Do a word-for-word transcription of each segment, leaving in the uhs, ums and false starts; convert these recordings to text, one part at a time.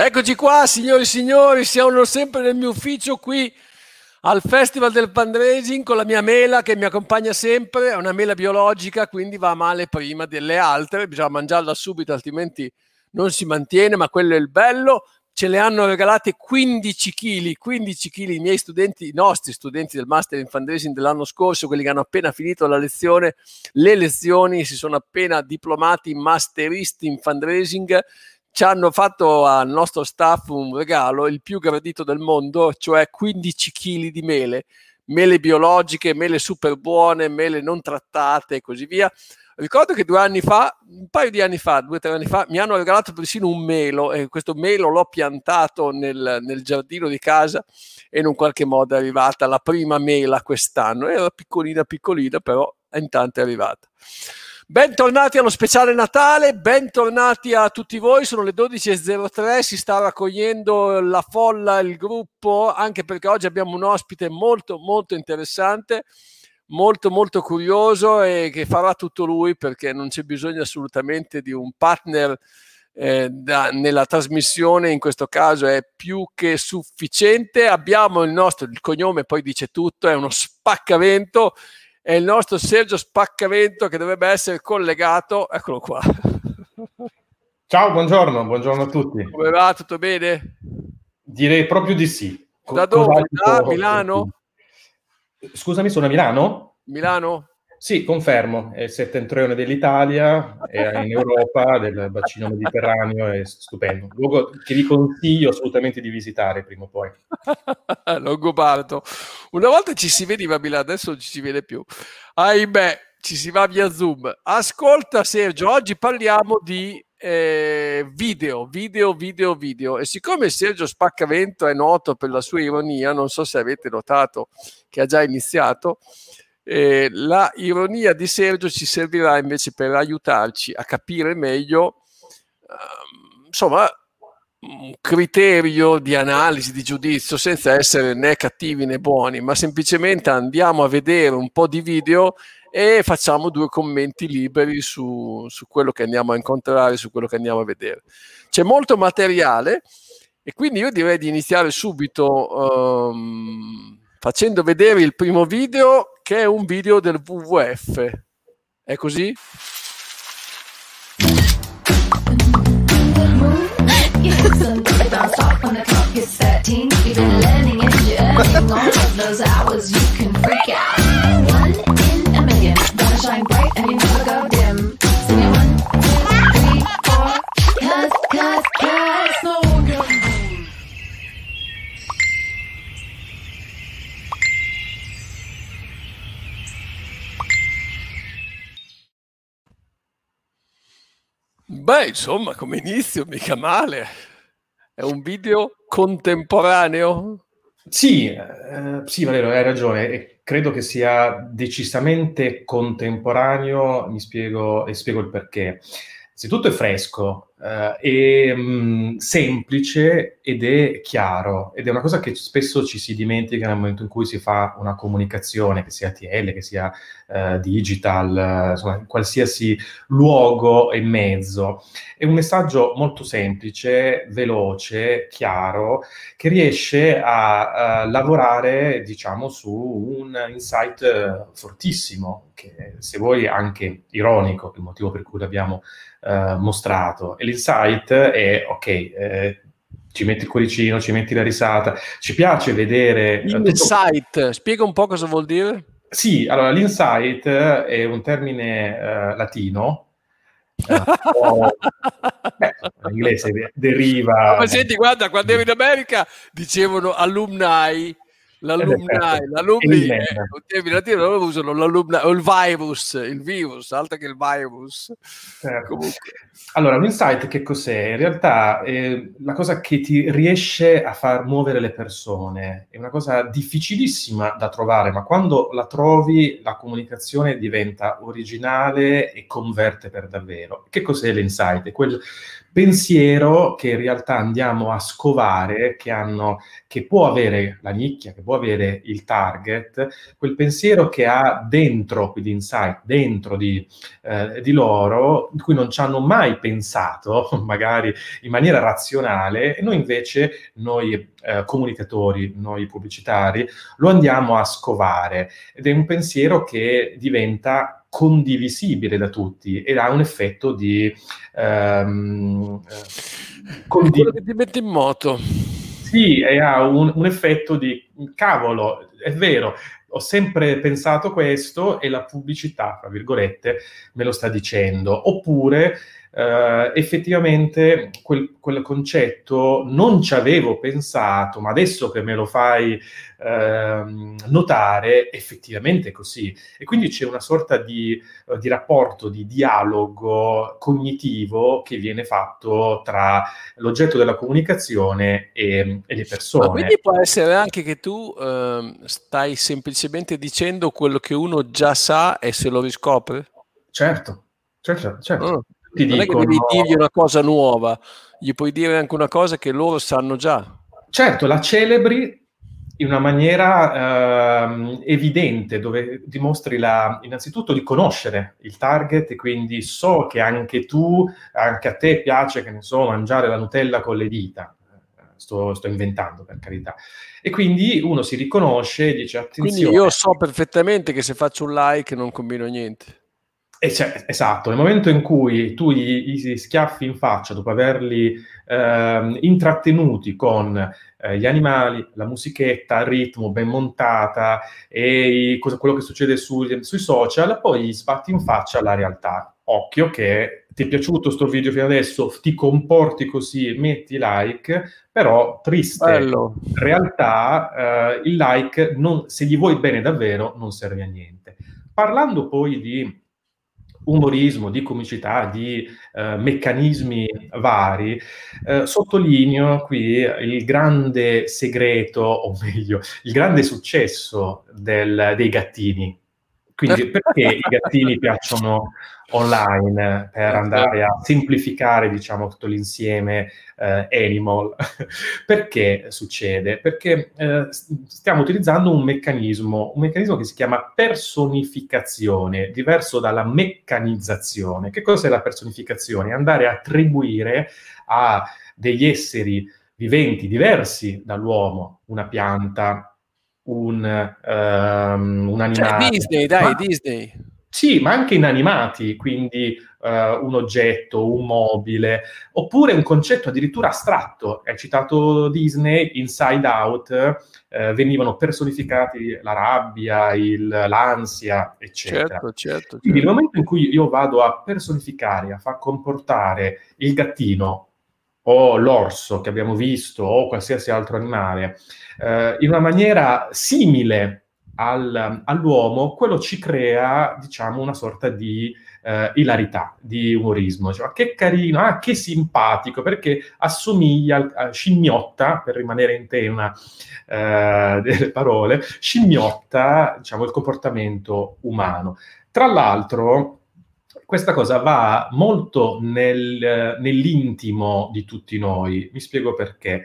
Eccoci qua, signori e signori, siamo sempre nel mio ufficio qui al Festival del Fundraising con la mia mela che mi accompagna sempre. È una mela biologica, quindi va male prima delle altre, bisogna mangiarla subito, altrimenti non si mantiene, ma quello è il bello. Ce le hanno regalate quindici chili, quindici chili i miei studenti, i nostri studenti del Master in Fundraising dell'anno scorso, quelli che hanno appena finito la lezione, le lezioni, si sono appena diplomati masteristi in fundraising. Ci hanno fatto al nostro staff un regalo, il più gradito del mondo, cioè quindici chili di mele, mele biologiche, mele super buone, mele non trattate e così via. Ricordo che due anni fa, un paio di anni fa, due o tre anni fa, mi hanno regalato persino un melo e questo melo l'ho piantato nel, nel giardino di casa e in un qualche modo è arrivata la prima mela quest'anno. Era piccolina piccolina, però intanto è arrivata. Bentornati allo speciale Natale, bentornati a tutti voi, sono le dodici e zero tre, si sta raccogliendo la folla, il gruppo, anche perché oggi abbiamo un ospite molto molto interessante, molto molto curioso e che farà tutto lui, perché non c'è bisogno assolutamente di un partner eh, da, nella trasmissione, in questo caso è più che sufficiente. Abbiamo il nostro, il cognome poi dice tutto, è uno spaccavento. È il nostro Sergio Spaccavento che dovrebbe essere collegato, eccolo qua. Ciao, buongiorno, buongiorno a tutti. Come va? Tutto bene? Direi proprio di sì. Co- da dove? Da Milano? Scusami, sono a Milano? Milano? Sì, confermo, è il settentrione dell'Italia, è in Europa, del bacino mediterraneo, è stupendo. Luogo che vi consiglio assolutamente di visitare prima o poi. Longobardo. Una volta ci si veniva a Milano, adesso non ci si vede più. Ahimè, ci si va via Zoom. Ascolta Sergio, oggi parliamo di eh, video, video, video, video. E siccome Sergio Spaccavento è noto per la sua ironia, non so se avete notato che ha già iniziato, Eh, la ironia di Sergio ci servirà invece per aiutarci a capire meglio uh, insomma un criterio di analisi, di giudizio, senza essere né cattivi né buoni, ma semplicemente andiamo a vedere un po' di video e facciamo due commenti liberi su, su quello che andiamo a incontrare, su quello che andiamo a vedere. C'è molto materiale e quindi io direi di iniziare subito um, facendo vedere il primo video, che è un video del W W F. È così? Beh, insomma, come inizio, mica male. È un video contemporaneo? Sì, eh, sì, Valerio, hai ragione. E credo che sia decisamente contemporaneo. Mi spiego e spiego il perché. Innanzitutto è fresco, eh, è mh, semplice ed è chiaro, ed è una cosa che spesso ci si dimentica nel momento in cui si fa una comunicazione, che sia A T L, che sia eh, digital, eh, insomma, in qualsiasi luogo e mezzo. È un messaggio molto semplice, veloce, chiaro, che riesce a, a lavorare, diciamo, su un insight eh, fortissimo, che se vuoi anche ironico, il motivo per cui l'abbiamo Uh, mostrato. E l'insight è ok, eh, ci metti il cuoricino, ci metti la risata, ci piace vedere l'insight, tutto... spiega un po' cosa vuol dire. Sì, allora l'insight è un termine uh, latino uh, o... Beh, in inglese deriva. Ma senti, guarda, quando ero in America dicevano alumni, l'alumni, l'alumni è un termine latino, loro usano l'alumni o il virus, il virus, altro che il virus. Certo. Allora, un insight che cos'è? In realtà è la cosa che ti riesce a far muovere le persone, è una cosa difficilissima da trovare, ma quando la trovi la comunicazione diventa originale e converte per davvero. Che cos'è l'insight? È quel pensiero che in realtà andiamo a scovare, che hanno, che può avere la nicchia, che può avere il target, quel pensiero che ha dentro, quindi inside, dentro di, eh, di loro, in cui non ci hanno mai pensato, magari in maniera razionale, e noi invece, noi eh, comunicatori, noi pubblicitari, lo andiamo a scovare, ed è un pensiero che diventa condivisibile da tutti ed ha un effetto di ehm, È condi- quello che ti mette in moto. sì, e ha un, un effetto di cavolo, è vero, ho sempre pensato questo e la pubblicità, tra virgolette, me lo sta dicendo. Oppure eh, effettivamente quel, quel concetto non ci avevo pensato, ma adesso che me lo fai ehm, notare, effettivamente è così. E quindi c'è una sorta di, eh, di rapporto, di dialogo cognitivo che viene fatto tra l'oggetto della comunicazione e, e le Ma persone. quindi può essere anche che tu ehm, stai semplicemente dicendo quello che uno già sa e se lo riscopre? Certo, certo, certo. Ah, Ti non è che dicono, devi dirgli una cosa nuova, gli puoi dire anche una cosa che loro sanno già. certo, la celebri in una maniera ehm, evidente, dove dimostri la, innanzitutto di conoscere il target, e quindi so che anche tu, anche a te piace, che ne so, mangiare la Nutella con le dita. Sto, sto inventando, per carità. E quindi uno si riconosce e dice, Quindi attenzione. io so perfettamente che se faccio un like non combino niente. E cioè, esatto, nel momento in cui tu gli, gli schiaffi in faccia dopo averli ehm, intrattenuti con eh, gli animali, la musichetta, il ritmo ben montata e i- cosa- quello che succede sui, sui social, poi gli sbatti in faccia la realtà. Occhio che ti è piaciuto sto video fino adesso, ti comporti così, metti like, però triste Bello. realtà, eh, il like, non- se gli vuoi bene davvero, non serve a niente. Parlando poi di umorismo, di comicità, di eh, meccanismi vari, eh, sottolineo qui il grande segreto, o meglio, il grande successo del- dei gattini. Quindi perché i gattini piacciono online? Per andare a semplificare, diciamo, tutto l'insieme eh, animal. Perché succede? Perché eh, stiamo utilizzando un meccanismo, un meccanismo che si chiama personificazione, diverso dalla meccanizzazione. Che cos'è la personificazione? Andare a attribuire a degli esseri viventi diversi dall'uomo, una pianta, un, ehm, un Cioè, animale, Disney, dai, ma Disney. sì, ma anche inanimati, quindi eh, un oggetto, un mobile, oppure un concetto addirittura astratto. Hai citato Disney, Inside Out, eh, venivano personificati la rabbia, il- l'ansia, eccetera. Certo, certo, Quindi nel certo. momento in cui io vado a personificare, a far comportare il gattino o l'orso che abbiamo visto o qualsiasi altro animale eh, in una maniera simile al- all'uomo, quello ci crea, diciamo, una sorta di eh, ilarità, di umorismo. Cioè, "Ah, che carino, ah, che simpatico", perché assomiglia al- a scimmiotta, per rimanere in tema eh, delle parole, scimmiotta, diciamo, il comportamento umano. Tra l'altro, questa cosa va molto nel- nell'intimo di tutti noi. Mi spiego perché.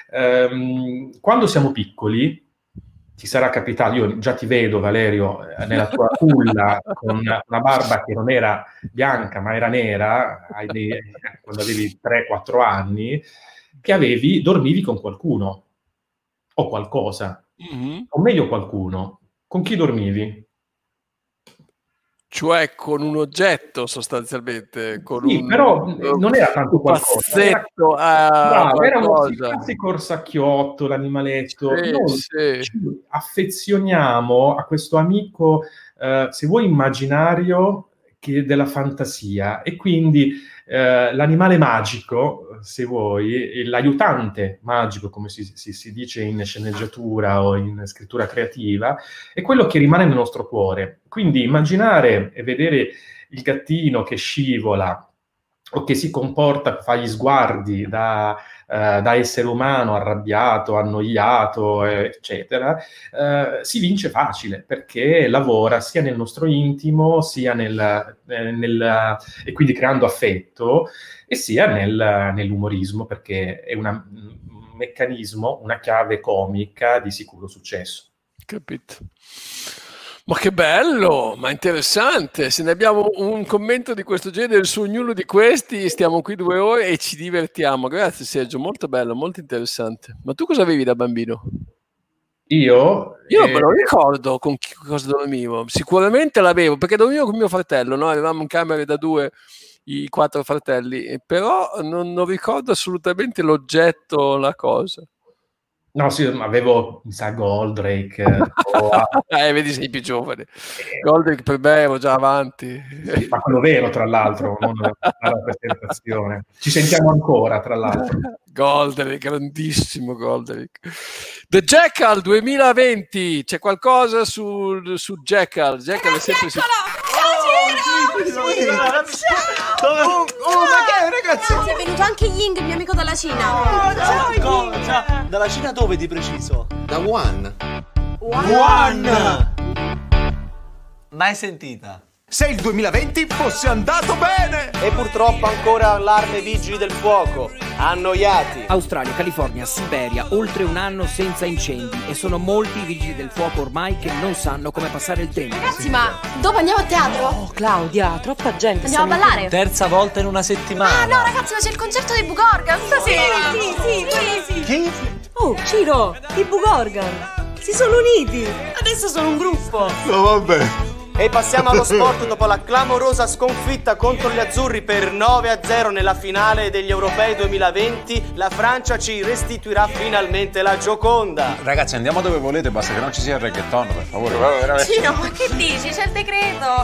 Ehm, quando siamo piccoli, ti sarà capitato, io già ti vedo, Valerio, eh, nella tua culla con una barba che non era bianca ma era nera, hai dei- quando avevi tre quattro anni, che avevi, dormivi con qualcuno o qualcosa, Mhm. o meglio qualcuno. Con chi dormivi? Cioè con un oggetto sostanzialmente, con Sì, un, però mh, non era tanto qualcosa, era, pupazzetto, eh, bravo, era uno sì, qualcosa. classico orsacchiotto, l'animaletto. Sì, Noi sì. ci affezioniamo a questo amico, eh, se vuoi, immaginario, che della fantasia, e quindi eh, l'animale magico, se vuoi, l'aiutante magico, come si, si- si dice in sceneggiatura o in scrittura creativa, è quello che rimane nel nostro cuore. Quindi immaginare e vedere il gattino che scivola o che si comporta, fa gli sguardi da, eh, da essere umano arrabbiato, annoiato, eh, eccetera, eh, si vince facile, perché lavora sia nel nostro intimo, sia nel, eh, nel e quindi creando affetto, e sia nel, nell'umorismo, perché è una, un meccanismo, una chiave comica di sicuro successo. Capito. Ma che bello, ma interessante. Se ne abbiamo un commento di questo genere su ognuno di questi, stiamo qui due ore e ci divertiamo. Grazie Sergio, molto bello, molto interessante. Ma tu cosa avevi da bambino? Io? Io eh... me lo ricordo con chi, cosa dormivo. Sicuramente l'avevo, perché dormivo con mio fratello, no? Avevamo in camere da due i quattro fratelli, però non, non ricordo assolutamente l'oggetto, la cosa. No, sì, avevo, mi sa, Goldrake. o... eh, vedi, sei più giovane. Goldrake per me ero già avanti. Sì, ma quello vero, tra l'altro, non la rappresentazione. Ci sentiamo ancora, tra l'altro. Goldrake, grandissimo Goldrake. The Jackal duemilaventi, c'è qualcosa su, su Jackal? Jackal è sempre... Su... Oh, oh, ma che è, ragazzi? È venuto anche Ying, il mio amico dalla Cina. Oh, ciao, Ying. Ciao. Dalla Cina dove di preciso? Da Wuhan. Wuhan. Mai sentita? Se il duemilaventi fosse andato bene! E purtroppo ancora allarme vigili del fuoco, annoiati. Australia, California, Siberia, oltre un anno senza incendi e sono molti i vigili del fuoco ormai che non sanno come passare il tempo. Ragazzi, ma dopo andiamo a teatro? Oh, Claudia, troppa gente. Andiamo a ballare? Terza volta in una settimana. Ah, no, ragazzi, ma c'è il concerto dei Bugorgan stasera. Sì, sì, sì, sì. Chi? Oh, Ciro, i Bugorgan si sono uniti. Adesso sono un gruppo. No, vabbè. E passiamo allo sport. Dopo la clamorosa sconfitta contro gli azzurri per nove a zero nella finale degli europei duemilaventi, la Francia ci restituirà finalmente la Gioconda. Ragazzi, andiamo dove volete, basta che non ci sia il reggaeton, per favore. Ciro, ma che dici? C'è il decreto.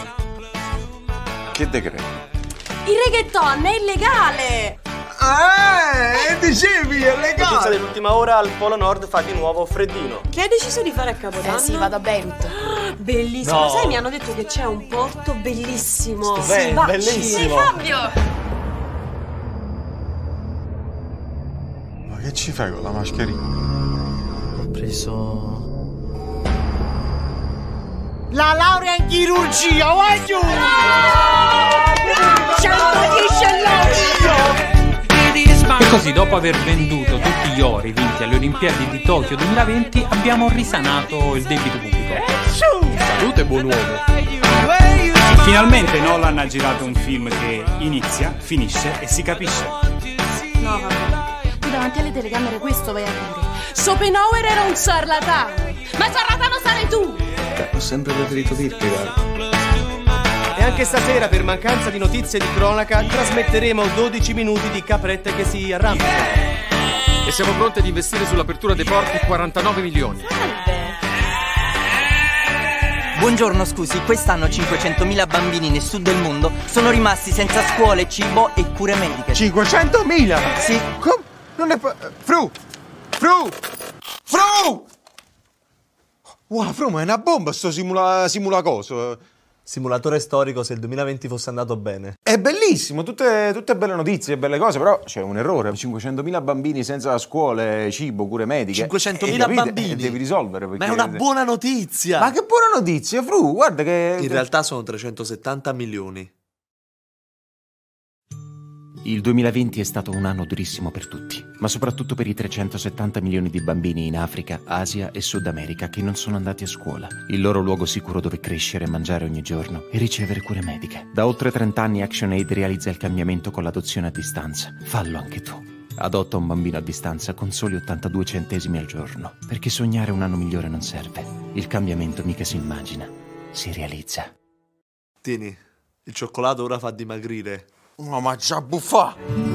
Che decreto? Il reggaeton è illegale. Eh, dicevi, è Notizia legale! dell'ultima ora, al Polo Nord fa di nuovo freddino. Che hai deciso di fare a Capodanno? Eh sì, vado a Beirut. Bellissimo. No. Sai, mi hanno detto che c'è un porto bellissimo. Stupendo, Sì, vacci. bellissimo. Sì, Fabio. Ma che ci fai con la mascherina? Ho preso... La laurea in chirurgia, voglio! centodieci all'occhio! E così, dopo aver venduto tutti gli ori vinti alle Olimpiadi di Tokyo duemilaventi, abbiamo risanato il debito pubblico. Salute, buon uomo. Finalmente Nolan ha girato un film che inizia, finisce e si capisce. No, vabbè. Tu davanti alle telecamere questo vai a dire. Schopenhauer era un ciarlatano. Ma ciarlatano sarai tu! Ho sempre preferito Kierkegaard. E anche stasera, per mancanza di notizie di cronaca, trasmetteremo dodici minuti di caprette che si arrampicano. E siamo pronti ad investire sull'apertura dei porti quarantanove milioni. Buongiorno, scusi, quest'anno cinquecentomila bambini nel sud del mondo sono rimasti senza scuole, cibo e cure mediche. cinquecentomila? Sì. Com- non è pa- Fru! Fru! Fru! Wow, Fru, ma è una bomba sto simula... simulacoso. Simulatore storico se il duemilaventi fosse andato bene. È bellissimo, tutte, tutte belle notizie, belle cose, però c'è un errore. cinquecentomila bambini senza scuole, cibo, cure mediche. cinquecentomila Eh, bambini? E devi risolvere. Ma è una buona notizia! Ma che buona notizia, Fru, guarda che... In realtà sono trecentosettanta milioni. Il duemilaventi è stato un anno durissimo per tutti, ma soprattutto per i trecentosettanta milioni di bambini in Africa, Asia e Sud America che non sono andati a scuola, il loro luogo sicuro dove crescere, mangiare ogni giorno e ricevere cure mediche. Da oltre trenta anni ActionAid realizza il cambiamento con l'adozione a distanza. Fallo anche tu. Adotta un bambino a distanza con soli ottantadue centesimi al giorno, perché sognare un anno migliore non serve. Il cambiamento mica si immagina, si realizza. Tieni, il cioccolato ora fa dimagrire. No, ma già buffa!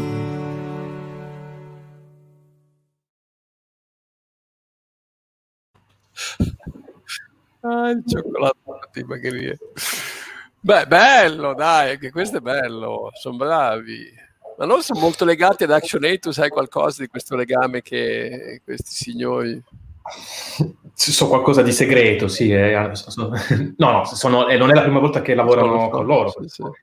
Ah, il cioccolato di magherie. Beh, bello, dai, anche questo è bello, sono bravi. Ma loro sono molto legati ad ActionAid, tu sai qualcosa di questo legame che questi signori... So qualcosa di segreto, sì. Eh, so, no, no, sono, eh, non è la prima volta che lavorano Sono, con loro. sì, sì.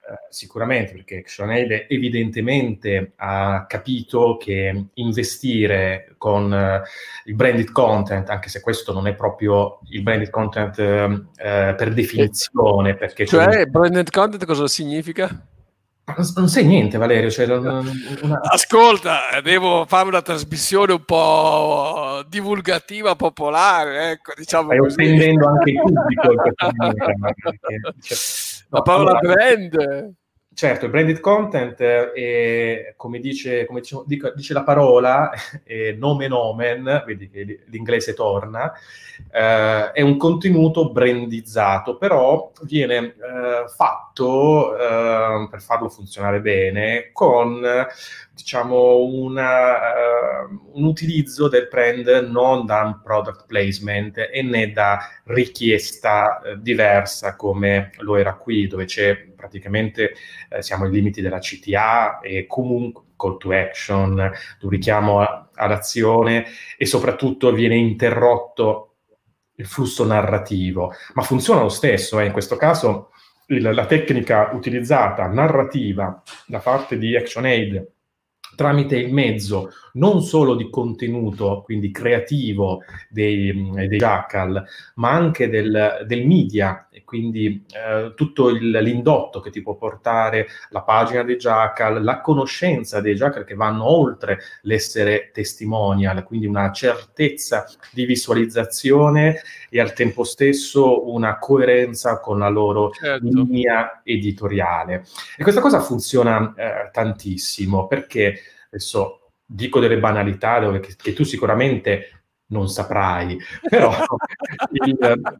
sicuramente, perché ActionAid evidentemente ha capito che investire con uh, il branded content, anche se questo non è proprio il branded content uh, per definizione, perché cioè il branded content cosa significa? Non sai niente, Valerio. Cioè, una... Ascolta, devo fare una trasmissione un po' divulgativa, popolare, ecco, diciamo Stai così. offendendo anche il pubblico. Perché, cioè, la no, parola allora, brand. Certo, il branded content è, come dice, come dice, dice la parola, è nomen omen, vedi che l'inglese torna, eh, è un contenuto brandizzato, però viene eh, fatto, eh, per farlo funzionare bene, con, diciamo, una, uh, un utilizzo del brand non da un product placement e né da richiesta eh, diversa come lo era qui, dove c'è praticamente eh, siamo ai limiti della C T A e comunque call to action, un richiamo a, all'azione e soprattutto viene interrotto il flusso narrativo, ma funziona lo stesso, eh. In questo caso il, la tecnica utilizzata narrativa da parte di ActionAid tramite il mezzo non solo di contenuto, quindi creativo dei, dei Jackal, ma anche del, del media, e quindi eh, tutto il, l'indotto che ti può portare la pagina dei Jackal, la conoscenza dei Jackal che vanno oltre l'essere testimonial, quindi una certezza di visualizzazione e al tempo stesso una coerenza con la loro certo. linea editoriale. E questa cosa funziona eh, tantissimo, perché adesso dico delle banalità dove che, che tu sicuramente non saprai, però il,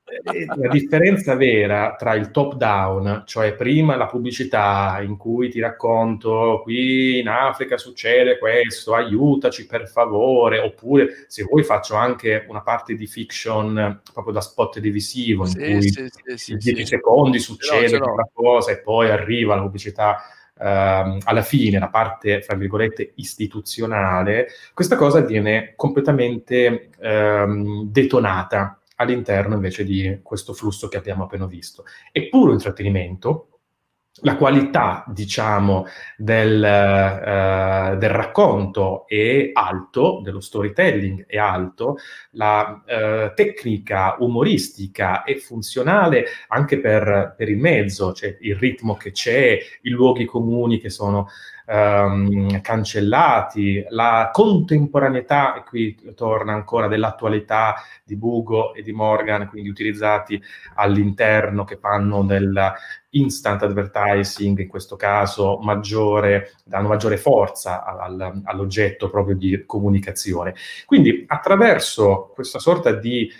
la differenza vera tra il top down, cioè prima la pubblicità in cui ti racconto qui in Africa succede questo, aiutaci per favore, oppure se vuoi faccio anche una parte di fiction proprio da spot televisivo in sì, cui sì, sì, sì, in dieci sì. secondi succede ce l'ho, ce l'ho. quella cosa e poi arriva la pubblicità. Uh, alla fine la parte, fra virgolette, istituzionale, questa cosa viene completamente um, detonata all'interno invece di questo flusso che abbiamo appena visto. È puro intrattenimento, la qualità, diciamo, del, uh, del racconto è alto, dello storytelling è alto, la uh, tecnica umoristica è funzionale anche per, per il mezzo, cioè il ritmo che c'è, i luoghi comuni che sono um, cancellati, la contemporaneità, e qui torna ancora, dell'attualità di Bugo e di Morgan, quindi utilizzati all'interno, che fanno del instant advertising, in questo caso maggiore, danno maggiore forza al, all'oggetto proprio di comunicazione. Quindi attraverso questa sorta di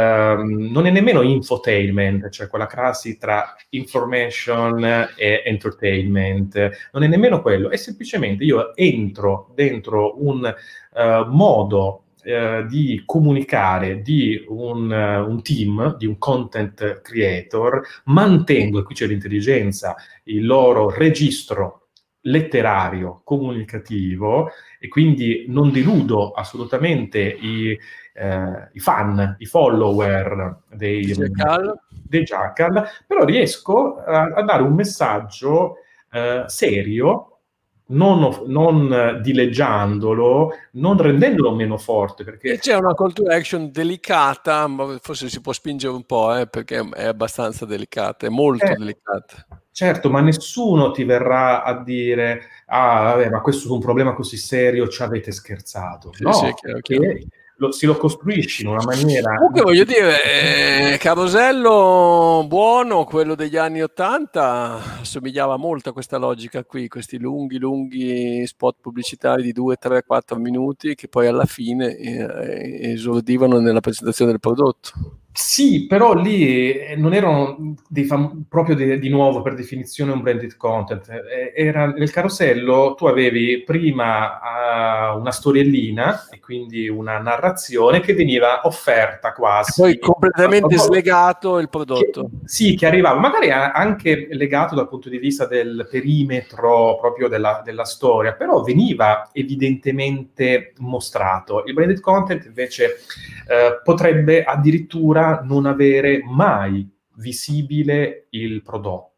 um, non è nemmeno infotainment, cioè quella crasi tra information e entertainment, non è nemmeno quello, è semplicemente io entro dentro un uh, modo Uh, di comunicare di un, uh, un team, di un content creator, mantengo, e qui c'è l'intelligenza, il loro registro letterario, comunicativo, e quindi non deludo assolutamente i, uh, i fan, i follower dei Jackal, dei Jackal, però riesco a, a dare un messaggio uh, serio, Non, non dileggiandolo, non rendendolo meno forte. Perché e c'è una call to action delicata, ma forse si può spingere un po', eh, perché è abbastanza delicata, è molto eh, delicata. Certo, ma nessuno ti verrà a dire ah, vabbè, ma questo è un problema così serio, ci avete scherzato. Sì, no, sì, chiaro, chiaro. Lo, si lo costruisci in una maniera... Comunque voglio dire, eh, Carosello buono, quello degli anni Ottanta, assomigliava molto a questa logica qui, questi lunghi, lunghi spot pubblicitari di due, tre, quattro minuti che poi alla fine eh, esordivano nella presentazione del prodotto. Sì, però lì non erano dei fam- proprio de- di nuovo per definizione un branded content. Eh, era nel carosello, tu avevi prima uh, una storiellina e quindi una narrazione che veniva offerta quasi. Poi completamente slegato il prodotto. Che, sì, che arrivava, magari anche legato dal punto di vista del perimetro proprio della, della storia, però veniva evidentemente mostrato. Il branded content invece eh, potrebbe addirittura non avere mai visibile il prodotto,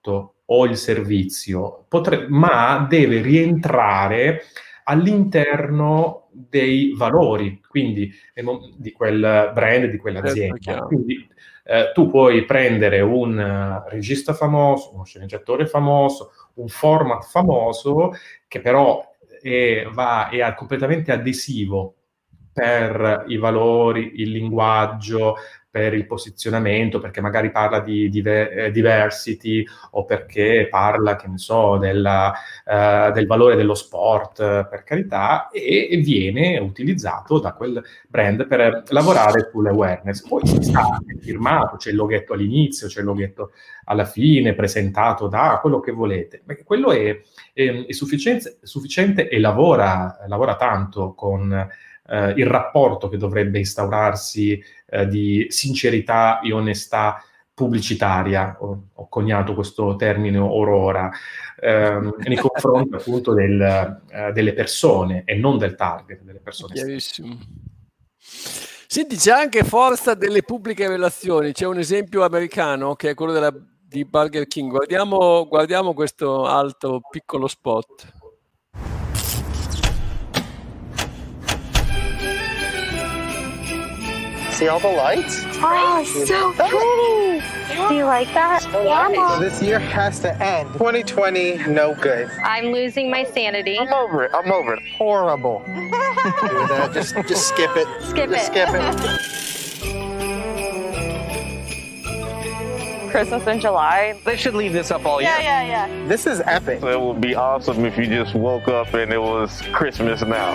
o il servizio, potre- ma deve rientrare all'interno dei valori, quindi eh, non- di quel brand, di quell'azienda. chiaro. Quindi eh, tu puoi prendere un eh, regista famoso, uno sceneggiatore famoso, un format famoso, che però è, va, è completamente adesivo per i valori, il linguaggio, per il posizionamento, perché magari parla di diver- eh, diversity o perché parla, che ne so, della, eh, del valore dello sport, eh, per carità, e, e viene utilizzato da quel brand per lavorare sull'awareness. Poi si sta è firmato, c'è il loghetto all'inizio, c'è il loghetto alla fine, presentato da quello che volete. Ma quello è, è, è sufficiente, sufficiente e lavora, lavora tanto con eh, il rapporto che dovrebbe instaurarsi eh, di sincerità e onestà pubblicitaria. Ho, ho coniato questo termine orora, ehm, nei confronti appunto del, eh, delle persone e non del target, delle persone stesse. Chiarissimo. Senti, c'è anche forza delle pubbliche relazioni. C'è un esempio americano che è quello della, di Burger King. Guardiamo, guardiamo questo alto piccolo spot. See all the lights? Oh, so pretty. Do you like that? Yeah. So this year has to end. twenty twenty, no good. I'm losing my sanity. I'm over it. I'm over it. Horrible. Do that. Just, just skip it. Skip just it. Skip it. Christmas in July. They should leave this up all year. Yeah, yeah, yeah. This is epic. It would be awesome if you just woke up and it was Christmas now.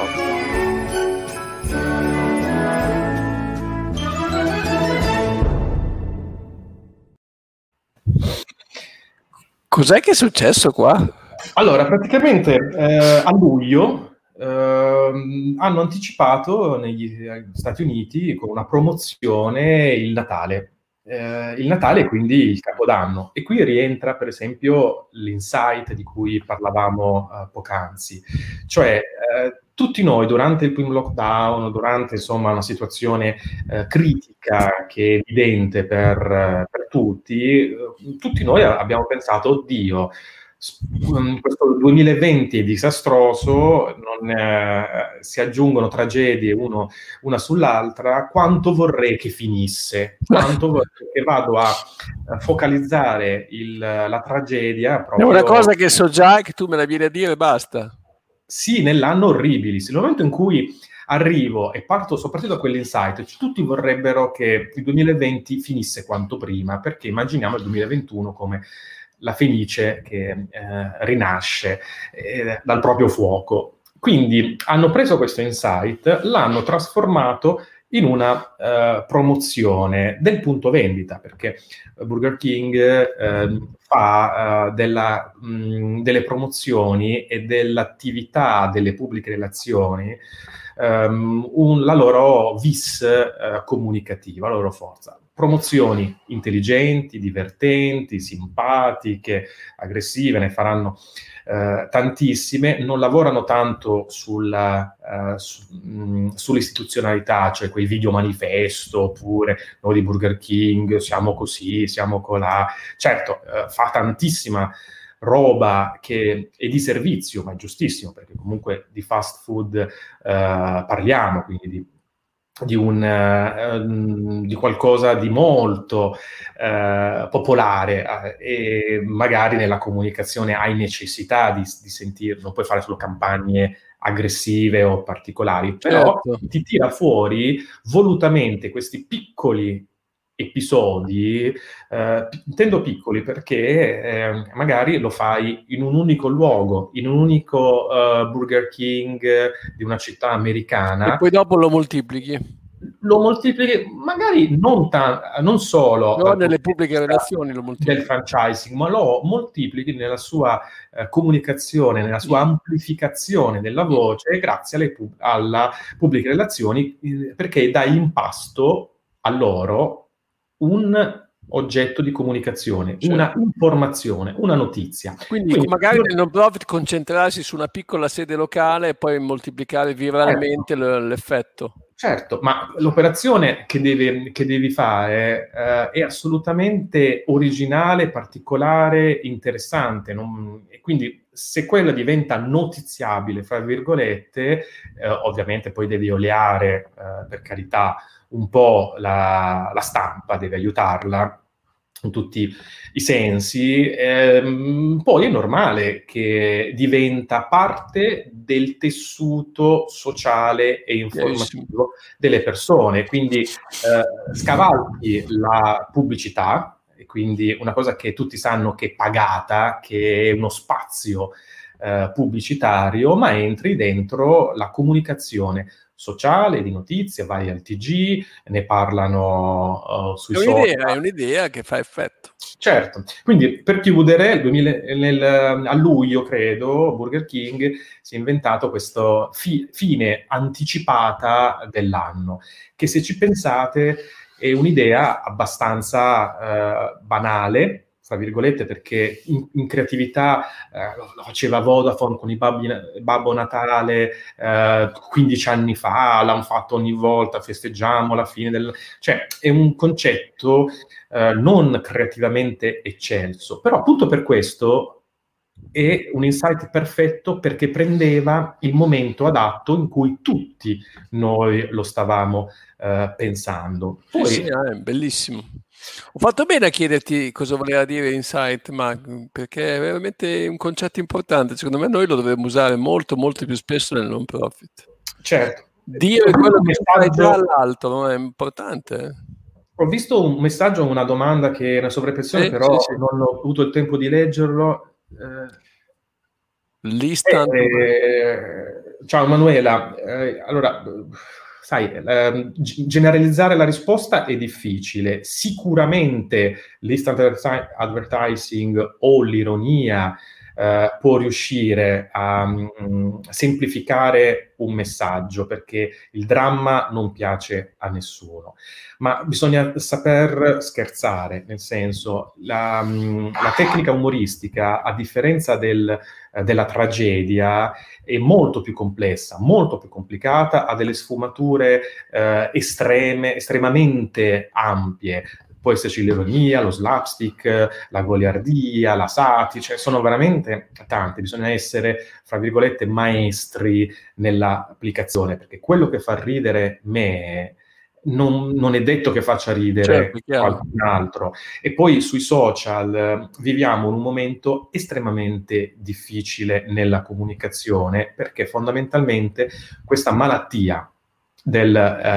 Cos'è che è successo qua? Allora, praticamente eh, a luglio eh, hanno anticipato negli Stati Uniti con una promozione il Natale. Eh, il Natale e quindi il Capodanno. E qui rientra, per esempio, l'insight di cui parlavamo eh, poc'anzi. Cioè, eh, tutti noi durante il primo lockdown, durante insomma una situazione eh, critica che è evidente per, per tutti, eh, tutti noi abbiamo pensato, oddio, questo duemilaventi è disastroso, non, eh, si aggiungono tragedie uno, una sull'altra, quanto vorrei che finisse, quanto vorrei che vado a, a focalizzare il, la tragedia proprio... È una cosa che so già, che tu me la vieni a dire e basta. Sì, nell'anno orribili. Nel momento in cui arrivo e parto soprattutto da quell'insight, cioè, tutti vorrebbero che il duemilaventi finisse quanto prima, perché immaginiamo il duemilaventuno come la fenice che eh, rinasce eh, dal proprio fuoco. Quindi hanno preso questo insight, l'hanno trasformato in una uh, promozione del punto vendita, perché Burger King uh, fa uh, della, mh, delle promozioni e dell'attività delle pubbliche relazioni um, un, la loro vis uh, comunicativa, la loro forza. Promozioni intelligenti, divertenti, simpatiche, aggressive, ne faranno Uh, tantissime, non lavorano tanto sulla, uh, su, mh, sull'istituzionalità, cioè quei video manifesto, oppure noi di Burger King siamo così, siamo colà. Certo, uh, fa tantissima roba che è di servizio, ma è giustissimo, perché comunque di fast food uh, parliamo, quindi di Di, un, uh, di qualcosa di molto uh, popolare uh, e magari nella comunicazione hai necessità di, di sentirlo, non puoi fare solo campagne aggressive o particolari, però certo, ti tira fuori volutamente questi piccoli episodi, uh, intendo piccoli perché eh, magari lo fai in un unico luogo, in un unico uh, Burger King di una città americana. E poi dopo lo moltiplichi. Lo moltiplichi, magari non, tan- non solo no, nelle pubbliche relazioni lo moltiplichi. Del franchising, ma lo moltiplichi nella sua eh, comunicazione, nella sua amplificazione della voce, grazie alle pub- alla pubbliche relazioni, eh, perché dai in pasto a loro un oggetto di comunicazione, certo, una informazione, una notizia. Quindi, Quindi magari nel non profit concentrarsi su una piccola sede locale e poi moltiplicare viralmente certo, l'effetto. Certo, ma l'operazione che, deve, che devi fare eh, è assolutamente originale, particolare, interessante. Non, e quindi se quella diventa notiziabile, fra virgolette, eh, ovviamente poi devi oleare, eh, per carità, un po' la, la stampa, devi aiutarla in tutti i sensi, ehm, poi è normale che diventa parte del tessuto sociale e informativo delle persone, quindi eh, scavalchi la pubblicità, e quindi una cosa che tutti sanno che è pagata, che è uno spazio eh, pubblicitario, ma entri dentro la comunicazione sociale, di notizie, vai al T G, ne parlano uh, sui è social. un'idea, è un'idea che fa effetto. Certo, quindi per chiudere, il duemila, nel, a luglio credo, Burger King si è inventato questa fi, fine anticipata dell'anno, che se ci pensate è un'idea abbastanza eh, banale, tra virgolette, perché in, in creatività eh, lo faceva Vodafone con i babbi, Babbo Natale eh, quindici anni fa, l'hanno fatto ogni volta, festeggiamo la fine del... Cioè, è un concetto eh, non creativamente eccelso, però appunto per questo è un insight perfetto, perché prendeva il momento adatto in cui tutti noi lo stavamo eh, pensando. Poi, sì, sì, è bellissimo. Ho fatto bene a chiederti cosa voleva dire insight, Mark, perché è veramente un concetto importante. Secondo me noi lo dovremmo usare molto, molto più spesso nel non profit. Certo. Dire quello che fai già all'altro è importante. Ho visto un messaggio, una domanda che è una sovrappressione, sì, però sì, sì. non ho avuto il tempo di leggerlo. Eh, eh, ciao Emanuela, eh, allora... Sai, ehm, generalizzare la risposta è difficile. Sicuramente l'instant advertising o l'ironia eh, può riuscire a um, semplificare un messaggio, perché il dramma non piace a nessuno. Ma bisogna saper scherzare, nel senso, la, um, la tecnica umoristica, a differenza del, eh, della tragedia, è molto più complessa, molto più complicata, ha delle sfumature eh, estreme, estremamente ampie. Può esserci l'ironia, lo slapstick, la goliardia, la satira, cioè sono veramente tante. Bisogna essere, fra virgolette, maestri nell'applicazione, perché quello che fa ridere me non, non è detto che faccia ridere certo, qualcun altro. E poi sui social eh, viviamo un momento estremamente difficile nella comunicazione, perché fondamentalmente questa malattia del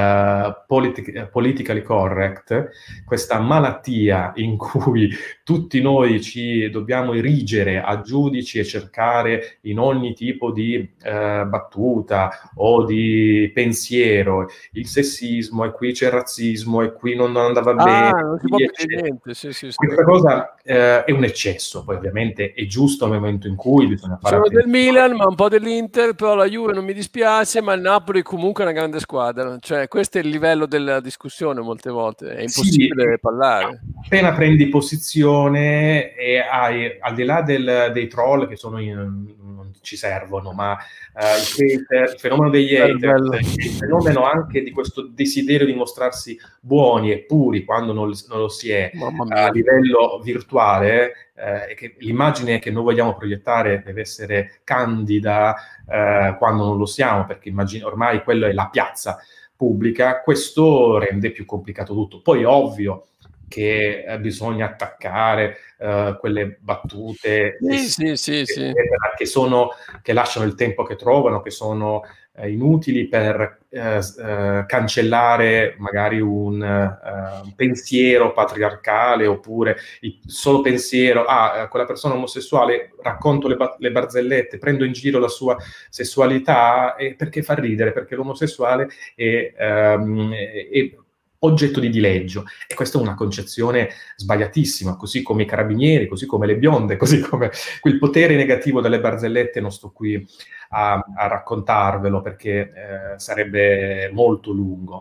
uh, politi- politically correct, questa malattia in cui tutti noi ci dobbiamo erigere a giudici e cercare in ogni tipo di uh, battuta o di pensiero, il sessismo, e qui c'è il razzismo, e qui non andava ah, bene. Non si può dire niente. Sì, sì, sì. Questa cosa uh, è un eccesso, poi ovviamente è giusto nel momento in cui bisogna fare Sono attenzione. del Milan, ma un po' dell'Inter, però la Juve non mi dispiace, ma il Napoli comunque è una grande squadra. Cioè, questo è il livello della discussione molte volte, è impossibile sì, parlare. Appena prendi posizione e hai, al di là del, dei troll che sono in, non ci servono, ma uh, il, hater, il fenomeno degli hater, il fenomeno anche di questo desiderio di mostrarsi buoni e puri quando non, non lo si è a livello virtuale, eh, e che l'immagine che noi vogliamo proiettare deve essere candida eh, quando non lo siamo, perché immagine, ormai quello è la piazza pubblica. Questo rende più complicato tutto. Poi ovvio che eh, bisogna attaccare eh, quelle battute sì, sì, sì, sì. che sono, che lasciano il tempo che trovano, che sono eh, inutili per eh, eh, cancellare magari un, uh, un pensiero patriarcale, oppure il solo pensiero, ah, quella persona omosessuale, racconto le, ba- le barzellette, prendo in giro la sua sessualità, e perché fa ridere, perché l'omosessuale è, um, è, è oggetto di dileggio, e questa è una concezione sbagliatissima, così come i carabinieri, così come le bionde, così come quel potere negativo delle barzellette. Non sto qui a, a raccontarvelo, perché eh, sarebbe molto lungo.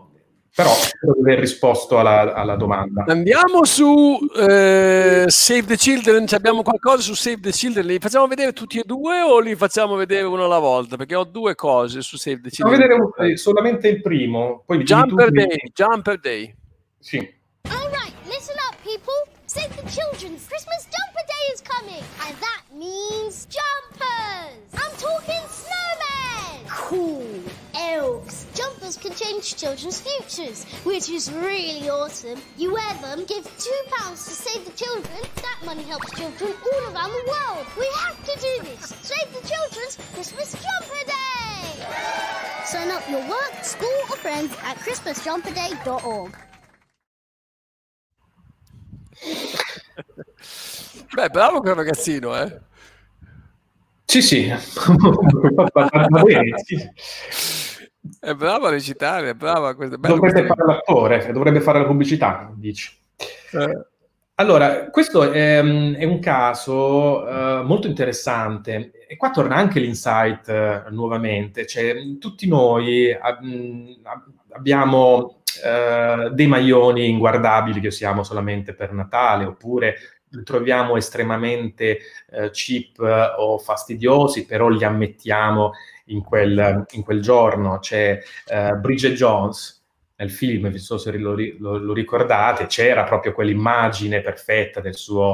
Però spero di aver risposto alla, alla domanda. Andiamo su eh, Save the Children, abbiamo qualcosa su Save the Children, li facciamo vedere tutti e due o li facciamo vedere uno alla volta? Perché ho due cose su Save the Facciamo Children. vedere solamente il primo, poi Jumper tu, Day, Jumper Day. Sì. All right, listen up, people. Save the Children's Christmas Jumper Day is coming, and that means jumpers. I'm talking snowmen. Cool. Elves. Jumpers can change children's futures, which is really awesome. You wear them, give two pounds to save the children. That money helps children all around the world. We have to do this. Save the Children's Christmas Jumper Day. Sign up your work, school, or friends at christmas jumper day dot org. Beh, bravo quel ragazzino, eh? Sì, sì. Va bene, sì. È bravo a recitare, è bravo a questo. Dovrebbe fare l'attore, dovrebbe fare la pubblicità, dici. Eh. Allora, questo è, è un caso uh, molto interessante e qua torna anche l'insight uh, nuovamente, cioè tutti noi uh, abbiamo uh, dei maglioni inguardabili che usiamo solamente per Natale oppure li troviamo estremamente uh, cheap uh, o fastidiosi, però li ammettiamo in quel, in quel giorno. C'è uh, Bridget Jones nel film, non so se lo, lo, lo ricordate, c'era proprio quell'immagine perfetta del suo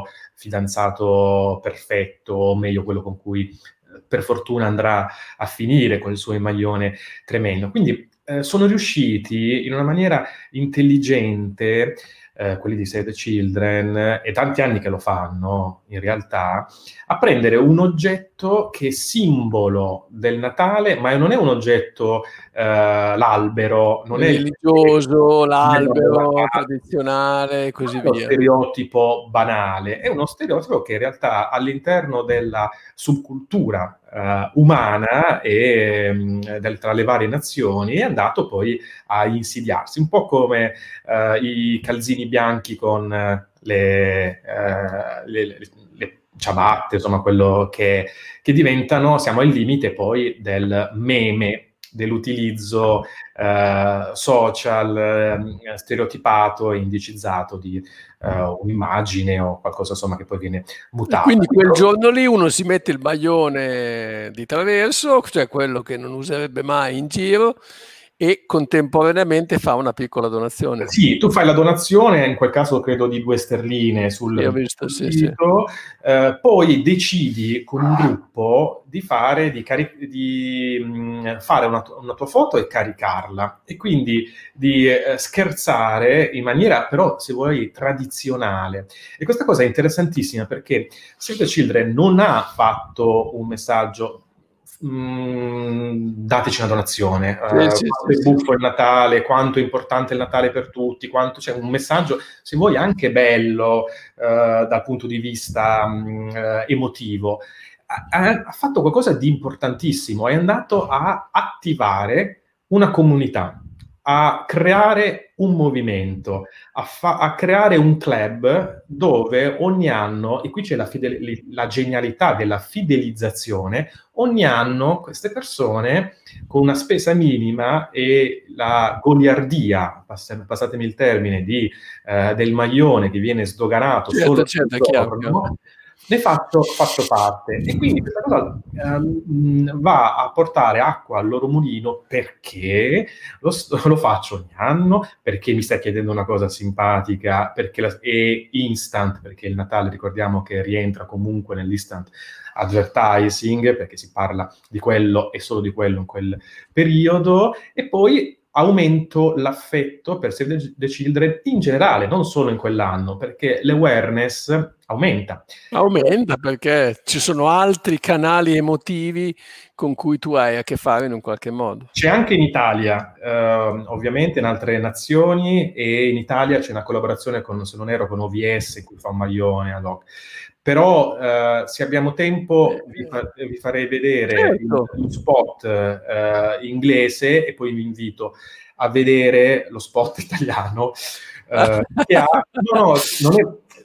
fidanzato perfetto, o meglio quello con cui per fortuna andrà a finire, con il suo maglione tremendo. Quindi eh, sono riusciti in una maniera intelligente, eh, quelli di Save the Children, e tanti anni che lo fanno in realtà, a prendere un oggetto che è simbolo del Natale, ma non è un oggetto, eh, l'albero, non è religioso, l'albero tradizionale e così uno via. stereotipo banale, è uno stereotipo che in realtà all'interno della subcultura uh, umana e um, del, tra le varie nazioni è andato poi a insidiarsi, un po' come uh, i calzini bianchi con uh, le, uh, le, le, le ciabatte, insomma quello che, che diventano, siamo al limite poi del meme, dell'utilizzo uh, social uh, stereotipato e indicizzato di uh, un'immagine o qualcosa insomma che poi viene mutato. E quindi quel giorno lì uno si mette il maglione di traverso, cioè quello che non userebbe mai in giro, e contemporaneamente fa una piccola donazione. Sì, tu fai la donazione, in quel caso credo di due sterline sul sì, ho visto, sì, sito, sì. Eh, poi decidi con un gruppo di fare, di cari- di, mh, fare una, una tua foto e caricarla, e quindi di eh, scherzare in maniera però, se vuoi, tradizionale. E questa cosa è interessantissima perché Save the Children non ha fatto un messaggio Mm, dateci una donazione, sì, uh, sì, quanto sì, è buffo il Natale, quanto è importante il Natale per tutti, quanto c'è un messaggio, se vuoi, anche bello uh, dal punto di vista um, uh, emotivo. Ha, ha fatto qualcosa di importantissimo, è andato a attivare una comunità, a creare un movimento, a, fa- a creare un club dove ogni anno, e qui c'è la, fidel- la genialità della fidelizzazione, ogni anno queste persone con una spesa minima e la goliardia, pass- passatemi il termine, di, eh, del maglione che viene sdoganato certo, solo certo, il giorno, ne faccio, faccio parte. E quindi questa cosa um, va a portare acqua al loro mulino perché lo, lo faccio ogni anno, perché mi stai chiedendo una cosa simpatica, perché la, è instant, perché il Natale ricordiamo che rientra comunque nell'instant advertising, perché si parla di quello e solo di quello in quel periodo, e poi aumento l'affetto per Save the Children in generale, non solo in quell'anno, perché l'awareness aumenta. Aumenta perché ci sono altri canali emotivi con cui tu hai a che fare in un qualche modo. C'è anche in Italia, eh, ovviamente in altre nazioni, e in Italia c'è una collaborazione con, se non ero, con O V S, in cui fa un maglione ad hoc. Però eh, se abbiamo tempo vi, fa, vi farei vedere certo. lo spot eh, inglese, e poi vi invito a vedere lo spot italiano. Eh, che ha, no, no, non è,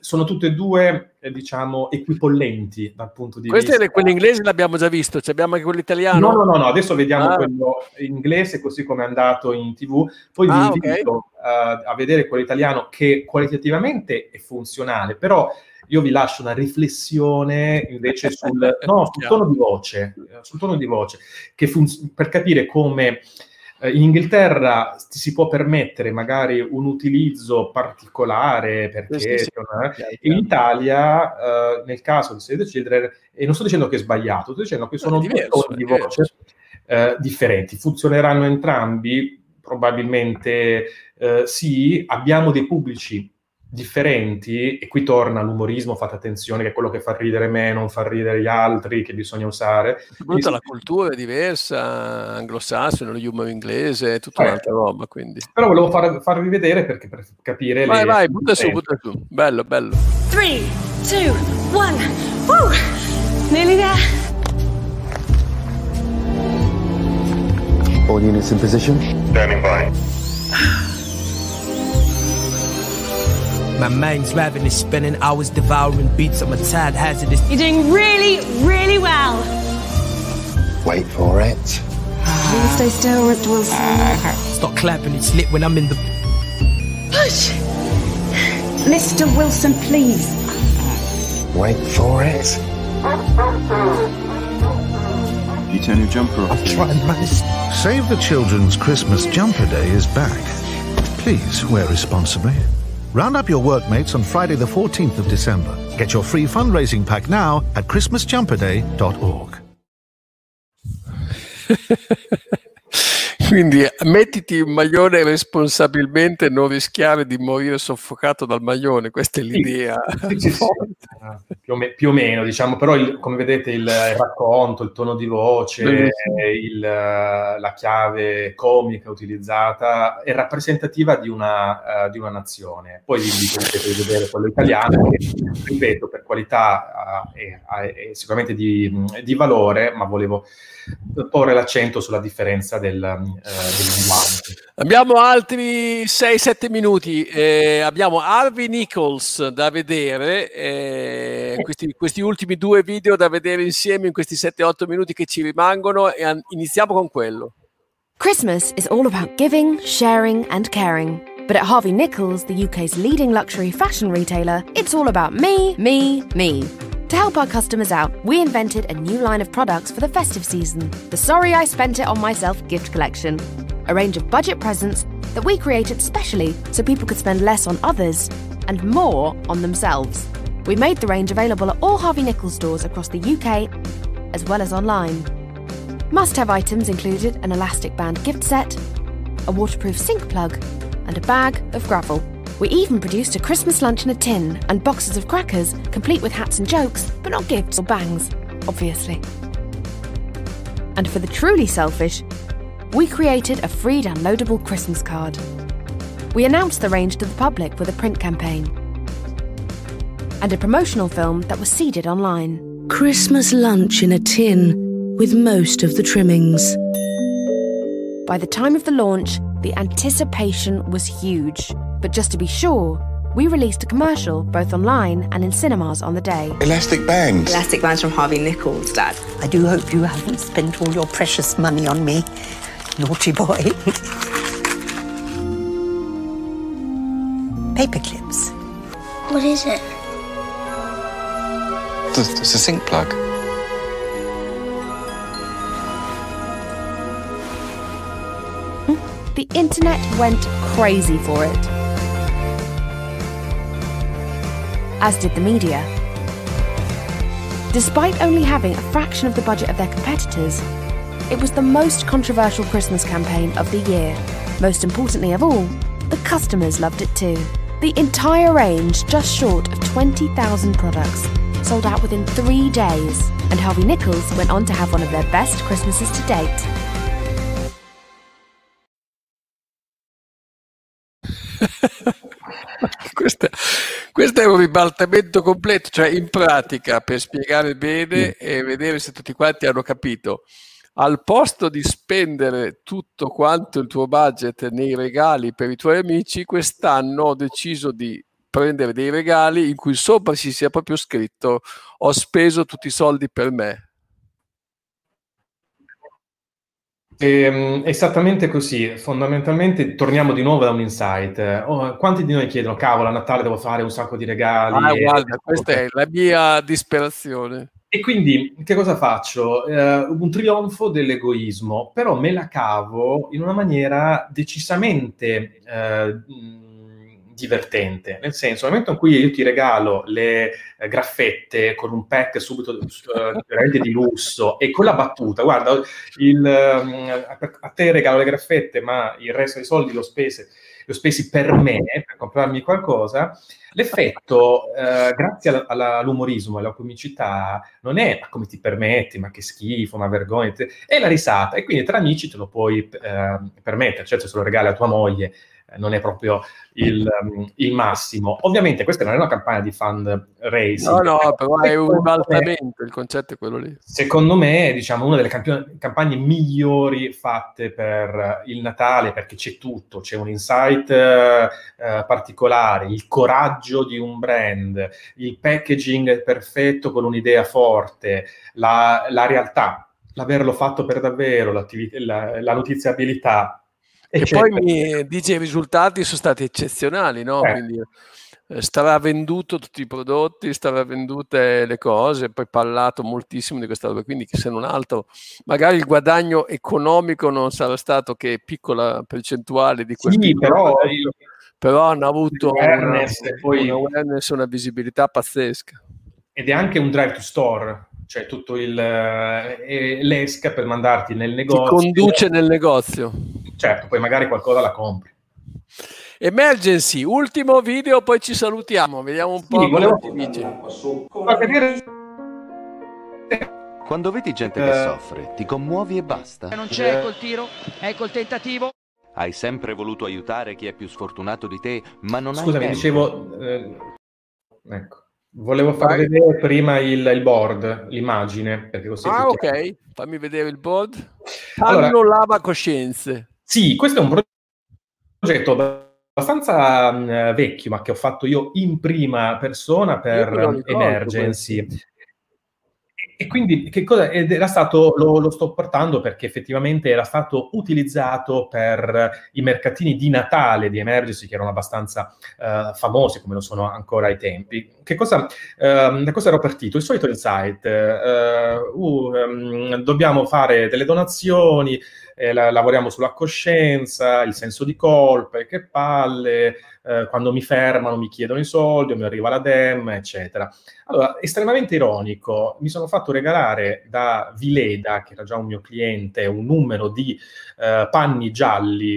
sono tutte e due, eh, diciamo, equipollenti dal punto di Questo vista... è quello inglese, l'abbiamo già visto, cioè abbiamo anche quello italiano? No, no, no, no, adesso vediamo ah. quello inglese così come è andato in tivù, poi vi ah, invito okay. uh, a vedere quello italiano che qualitativamente è funzionale, però io vi lascio una riflessione invece sul, no, sul tono di voce, sul tono di voce, che fun- per capire come... In Inghilterra si può permettere magari un utilizzo particolare perché sì, sì, sì. in Italia, uh, nel caso di Save the Children, e non sto dicendo che è sbagliato, sto dicendo che sono due toni di voce uh, differenti. Funzioneranno entrambi? Probabilmente uh, sì. Abbiamo dei pubblici differenti, e qui torna l'umorismo, fate attenzione, che è quello che fa ridere me, non fa ridere gli altri, che bisogna usare. Soprattutto la cultura è diversa, anglosassone, lo humor inglese, è tutta eh, un'altra roba, quindi. Però volevo far, farvi vedere perché per capire vai, le... Vai, vai, butta su, butta su. Bello, bello. three, two, one. Woo! Nearly there. All units in position. Standing by. My mind's ravenous, spending hours devouring beats. I'm a tad hazardous. You're doing really, really well. Wait for it. Please stay still, Mister Wilson. Start clapping, it's lit when I'm in the... Push! Mister Wilson, please. Wait for it. You turn your jumper off. I'm trying to manage. Save the Children's Christmas Jumper Day is back. Please wear responsibly. Round up your workmates on Friday the fourteenth of December. Get your free fundraising pack now at christmas jumper day dot org. Quindi mettiti un maglione responsabilmente e non rischiare di morire soffocato dal maglione, questa è l'idea. Sì, sì, sì, sì. Più, o me- più o meno, diciamo, però il, come vedete il, il racconto, il tono di voce, il, la chiave comica utilizzata è rappresentativa di una, uh, di una nazione. Poi vi potete vedere quello italiano che, ripeto, per qualità uh, è, è sicuramente di, di valore, ma volevo porre l'accento sulla differenza del, eh, del linguaggio. Abbiamo altri sei sette minuti, eh, abbiamo Harvey Nichols da vedere, eh, questi, questi ultimi due video da vedere insieme in questi sette otto minuti che ci rimangono, e an- iniziamo con quello. Christmas is all about giving, sharing and caring. But at Harvey Nichols, the U K's leading luxury fashion retailer, it's all about me, me, me. To help our customers out, we invented a new line of products for the festive season, the Sorry I Spent It On Myself gift collection. A range of budget presents that we created specially so people could spend less on others and more on themselves. We made the range available at all Harvey Nichols stores across the U K, as well as online. Must-have items included an elastic band gift set, a waterproof sink plug, and a bag of gravel. We even produced a Christmas lunch in a tin and boxes of crackers, complete with hats and jokes, but not gifts or bangs, obviously. And for the truly selfish, we created a free downloadable Christmas card. We announced the range to the public with a print campaign and a promotional film that was seeded online. Christmas lunch in a tin with most of the trimmings. By the time of the launch, the anticipation was huge. But just to be sure, we released a commercial both online and in cinemas on the day. Elastic bands. Elastic bands from Harvey Nichols, Dad. I do hope you haven't spent all your precious money on me, naughty boy. Paper clips. What is it? It's, it's a sink plug. The internet went crazy for it. As did the media. Despite only having a fraction of the budget of their competitors, it was the most controversial Christmas campaign of the year. Most importantly of all, the customers loved it too. The entire range, just short of twenty thousand products, sold out within three days, and Harvey Nichols went on to have one of their best Christmases to date. Questo, questo è un ribaltamento completo, cioè in pratica, per spiegare bene e vedere se tutti quanti hanno capito, al posto di spendere tutto quanto il tuo budget nei regali per i tuoi amici, quest'anno ho deciso di prendere dei regali in cui sopra ci sia proprio scritto ho speso tutti i soldi per me. Ehm, esattamente così, fondamentalmente torniamo di nuovo da un insight. Oh, quanti di noi chiedono, cavolo, a Natale devo fare un sacco di regali? Ah, e- guarda, questa è la mia disperazione. E quindi che cosa faccio? Eh, un trionfo dell'egoismo, però me la cavo in una maniera decisamente eh, mh, divertente. Nel senso, nel momento in cui io ti regalo le eh, graffette con un pack subito eh, veramente di lusso e con la battuta, guarda, il, ehm, a te regalo le graffette, ma il resto dei soldi l'ho spese, li ho spesi per me, per comprarmi qualcosa. L'effetto, eh, grazie alla- alla- all'umorismo e alla comicità, non è ma come ti permetti, ma che schifo, ma vergogna, è la risata. E quindi tra amici te lo puoi eh, permettere. Certo, se lo regali a tua moglie, eh, non è proprio il, um, il massimo. Ovviamente questa non è una campagna di fundraising. No, no, però è un Secondo me- ribaltamento, il concetto è quello lì. Secondo me è diciamo, una delle campio- campagne migliori fatte per il Natale, perché c'è tutto, c'è un insight eh, eh, particolare, il coraggio di un brand, il packaging perfetto con un'idea forte, la, la realtà, l'averlo fatto per davvero, l'attivi- la, la notiziabilità. E eccetera. poi mi dice i risultati sono stati eccezionali, no? Eh. Quindi eh, starà venduto tutti i prodotti, starà vendute le cose, poi parlato moltissimo di questa roba, quindi che se non altro magari il guadagno economico non sarà stato che piccola percentuale di quel Sì, piccolo però guadagno, il- però hanno avuto una, awareness e poi- una awareness e una visibilità pazzesca. ed è anche un drive to store, cioè tutto il eh, l'esca per mandarti nel Ti negozio. conduce nel negozio. Certo, poi magari qualcosa la compri. Emergency, ultimo video, poi ci salutiamo. Vediamo un Sì, po' volevo- cosa ti dice. Fa vedere- Quando vedi gente che soffre, ti commuovi e basta? Non c'è, ecco il tiro, ecco il tentativo. Hai sempre voluto aiutare chi è più sfortunato di te, ma non Scusami, hai tempo. dicevo, eh, ecco, volevo far Vai. vedere prima il, il board, l'immagine, perché così è Ah, più chiaro. ok, fammi vedere il board. Allora- Panno lava coscienze. Sì, questo è un pro- progetto abbastanza mh, vecchio, ma che ho fatto io in prima persona per Io me lo um, ricordo Emergency. E quindi che cosa? Ed era stato, lo, lo sto portando perché effettivamente era stato utilizzato per i mercatini di Natale di Emergency, che erano abbastanza eh, famosi, come lo sono ancora ai tempi. Che cosa, ehm, da cosa ero partito? Il solito insight. eh, uh, ehm, dobbiamo fare delle donazioni, eh, la- lavoriamo sulla coscienza, il senso di colpa, e che palle, eh, quando mi fermano mi chiedono i soldi, o mi arriva la D E M, eccetera. Allora, estremamente ironico, mi sono fatto regalare da Vileda, che era già un mio cliente, un numero di eh, panni gialli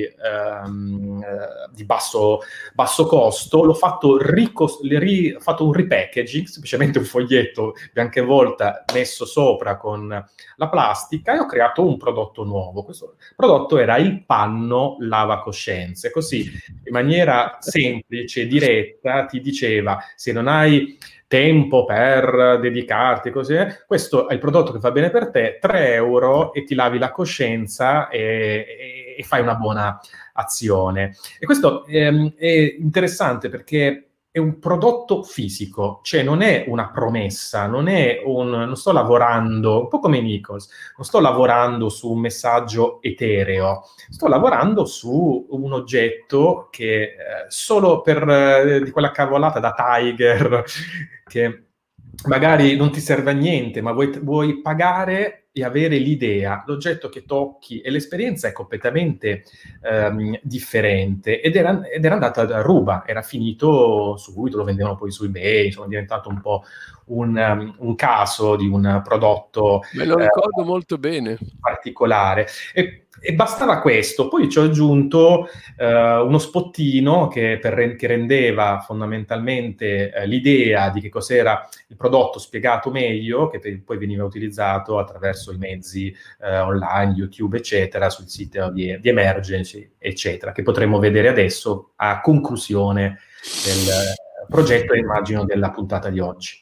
ehm, eh, di basso, basso costo, l'ho fatto, ricos- le ri- ho fatto un repackaging, semplicemente un foglietto bianca e volta messo sopra con la plastica, e ho creato un prodotto nuovo. Questo prodotto era il panno lava coscienze, così in maniera semplice e diretta ti diceva: se non hai tempo per dedicarti, così, eh, questo è il prodotto che fa bene per te, tre euro e ti lavi la coscienza e, e- e fai una buona azione. E questo ehm, è interessante perché è un prodotto fisico, cioè non è una promessa, non è un, non sto lavorando, un po' come Nichols, non sto lavorando su un messaggio etereo, sto lavorando su un oggetto che eh, solo per eh, di quella cavolata da Tiger che magari non ti serve a niente, ma vuoi, vuoi pagare e avere l'idea, l'oggetto che tocchi, e l'esperienza è completamente ehm, differente, ed era, ed era andata a ruba, era finito subito, lo vendevano poi su eBay, insomma è diventato un po' un, um, un caso di un prodotto Me lo eh, ricordo molto bene. particolare. E, e bastava questo. Poi ci ho aggiunto eh, uno spottino che, per, re- che rendeva fondamentalmente eh, l'idea di che cos'era il prodotto spiegato meglio, che pe- poi veniva utilizzato attraverso i mezzi eh, online, YouTube, eccetera, sul sito di, di Emergency, eccetera, che potremo vedere adesso a conclusione del eh, progetto e immagino della puntata di oggi.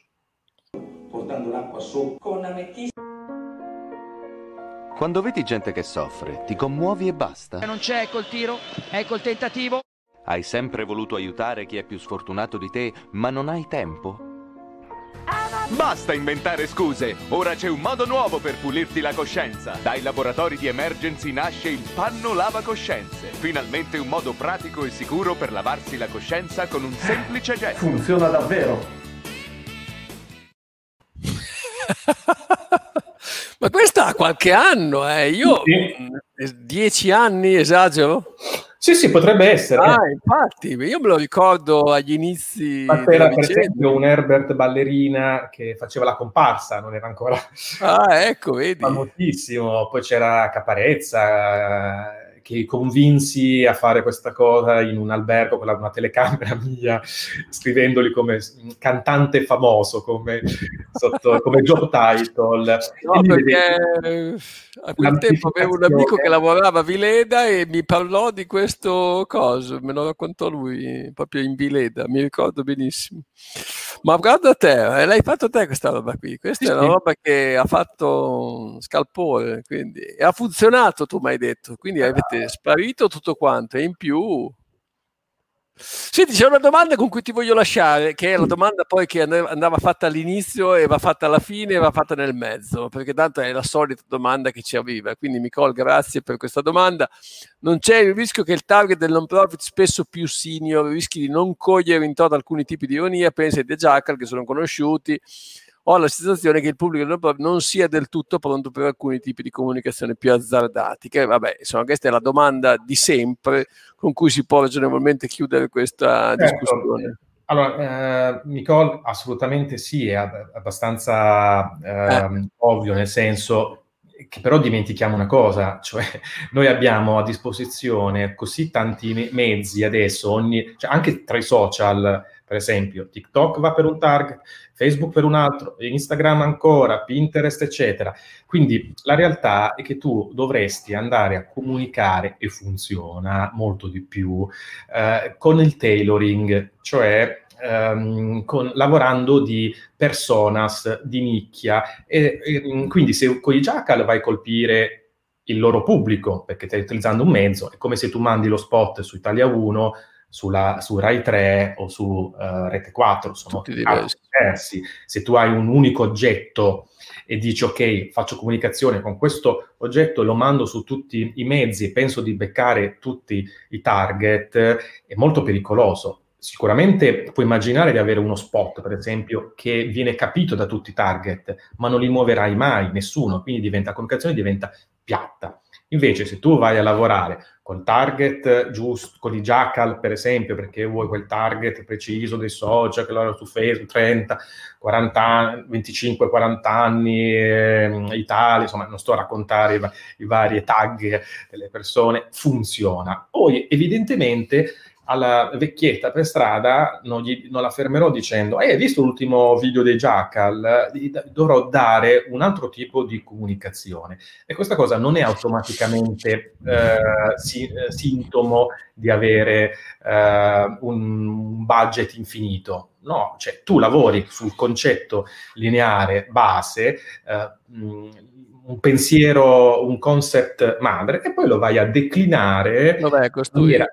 Portando l'acqua su con ametista. Quando vedi gente che soffre, ti commuovi e basta? Non c'è, ecco il tiro, ecco il tentativo. Hai sempre voluto aiutare chi è più sfortunato di te, ma non hai tempo? Basta inventare scuse! Ora c'è un modo nuovo per pulirti la coscienza. Dai laboratori di Emergency nasce il panno lava coscienze. Finalmente un modo pratico e sicuro per lavarsi la coscienza con un semplice gesto. Funziona davvero. Ma questa ha qualche anno, eh. Io sì. dieci anni, esagero? Sì, sì, potrebbe essere. Ah, infatti, io me lo ricordo agli inizi. Ma c'era per esempio un Herbert Ballerina che faceva la comparsa, non era ancora ah, ecco, vedi. famosissimo. Poi c'era Caparezza, che convinsi a fare questa cosa in un albergo con una telecamera mia, scrivendoli come cantante famoso, come, sotto, come job title. No, perché vedete, a quel tempo avevo un amico che lavorava a Vileda e mi parlò di questo coso, me lo raccontò lui proprio in Vileda, mi ricordo benissimo. Ma guarda te, l'hai fatto te questa roba qui, questa sì, è una roba che ha fatto scalpore, quindi e ha funzionato, tu mi hai detto, quindi avete sparito tutto quanto e in più. Senti, c'è una domanda con cui ti voglio lasciare, che è la domanda poi che andava fatta all'inizio e va fatta alla fine e va fatta nel mezzo, perché tanto è la solita domanda che ci arriva. Quindi Nicole, grazie per questa domanda. Non c'è il rischio che il target del non profit, spesso più senior, rischi di non cogliere in toto alcuni tipi di ironia? Pensa ai The Jackal, che sono conosciuti. Ho la sensazione che il pubblico del non profit non sia del tutto pronto per alcuni tipi di comunicazione più azzardati. Che vabbè, insomma, questa è la domanda di sempre con cui si può ragionevolmente chiudere questa certo. discussione. Allora, eh, Nicole, assolutamente sì, è abbastanza eh, eh. ovvio, nel senso che però dimentichiamo una cosa, cioè noi abbiamo a disposizione così tanti me- mezzi adesso, ogni, cioè anche tra i social, per esempio, TikTok va per un target, Facebook per un altro, Instagram ancora, Pinterest, eccetera. Quindi la realtà è che tu dovresti andare a comunicare, e funziona molto di più, eh, con il tailoring, cioè ehm, con, lavorando di personas, di nicchia. E, e, quindi se con i Jackal vai a colpire il loro pubblico, perché stai utilizzando un mezzo, è come se tu mandi lo spot su Italia uno, Sulla, su Rai tre o su uh, Rete quattro, sono tutti diversi. diversi. Se tu hai un unico oggetto e dici ok, faccio comunicazione con questo oggetto, lo mando su tutti i mezzi e penso di beccare tutti i target, è molto pericoloso. Sicuramente puoi immaginare di avere uno spot, per esempio, che viene capito da tutti i target, ma non li muoverai mai, nessuno, quindi diventa, la comunicazione diventa piatta. Invece se tu vai a lavorare col target giusto, con i Jackal per esempio, perché vuoi quel target preciso dei social che lavorano su Facebook, trenta, quaranta, venticinque, quaranta anni, eh, Italia, insomma non sto a raccontare i, i vari tag delle persone, funziona. Poi evidentemente alla vecchietta per strada non, gli, non la fermerò dicendo eh, hai visto l'ultimo video dei Jackal? Dovrò dare un altro tipo di comunicazione e questa cosa non è automaticamente eh, si, eh, sintomo di avere eh, un budget infinito. No, cioè tu lavori sul concetto lineare base, eh, mh, un pensiero, un concept madre e poi lo vai a declinare Vabbè, costruire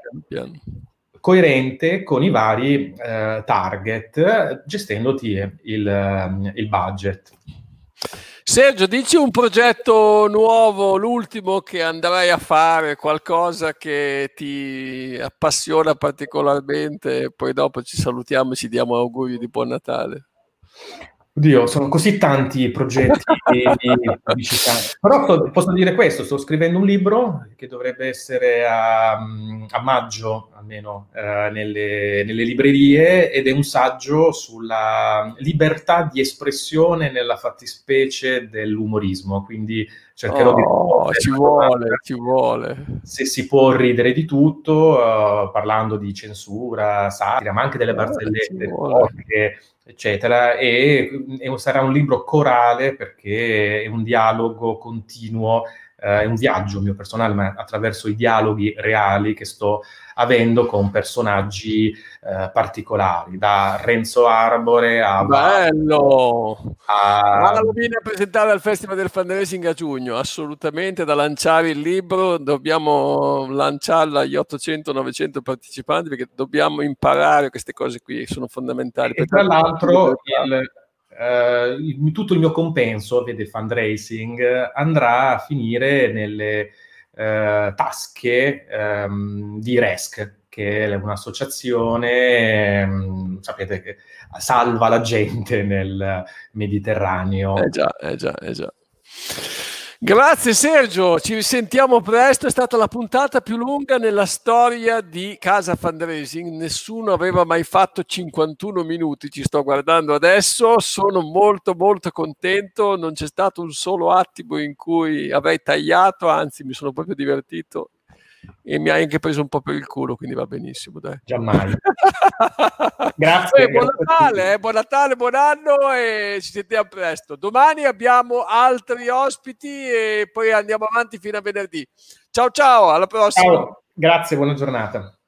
coerente con i vari eh, target, gestendoti il, il budget. Sergio, dici un progetto nuovo, l'ultimo che andrai a fare, qualcosa che ti appassiona particolarmente, e poi dopo ci salutiamo e ci diamo auguri di buon Natale. Oddio, sono così tanti i progetti di pubblicità. Però sto, posso dire questo, sto scrivendo un libro che dovrebbe essere a, a maggio, almeno, eh, nelle, nelle librerie, ed è un saggio sulla libertà di espressione nella fattispecie dell'umorismo, quindi cercherò oh, di... ci vuole, ci vuole. Se si può ridere di tutto, uh, parlando di censura, satira, ma anche delle barzellette, eh, eccetera, e, e sarà un libro corale perché è un dialogo continuo eh, è un viaggio mio personale, ma attraverso i dialoghi reali che sto avendo con personaggi eh, particolari, da Renzo Arbore a... Bello! A... Ah, lo viene a presentare al Festival del Fundraising a giugno, assolutamente da lanciare il libro, dobbiamo lanciarlo agli ottocento novecento partecipanti perché dobbiamo imparare queste cose qui, sono fondamentali. E tra l'altro il, eh, il, tutto il mio compenso, vede, fundraising, andrà a finire nelle eh, tasche ehm, di R E S C, che è un'associazione, ehm, sapete, che salva la gente nel Mediterraneo. Eh già, eh già, eh già. Grazie Sergio, ci risentiamo presto, è stata la puntata più lunga nella storia di Casa Fundraising, nessuno aveva mai fatto cinquantuno minuti, ci sto guardando adesso, sono molto molto contento, non c'è stato un solo attimo in cui avrei tagliato, anzi mi sono proprio divertito e mi hai anche preso un po' per il culo, quindi va benissimo, dai. Giammai. Grazie. Eh, buon Natale, eh, buon Natale, buon anno e ci sentiamo presto. Domani abbiamo altri ospiti e poi andiamo avanti fino a venerdì. Ciao ciao, alla prossima. Ciao, grazie, buona giornata.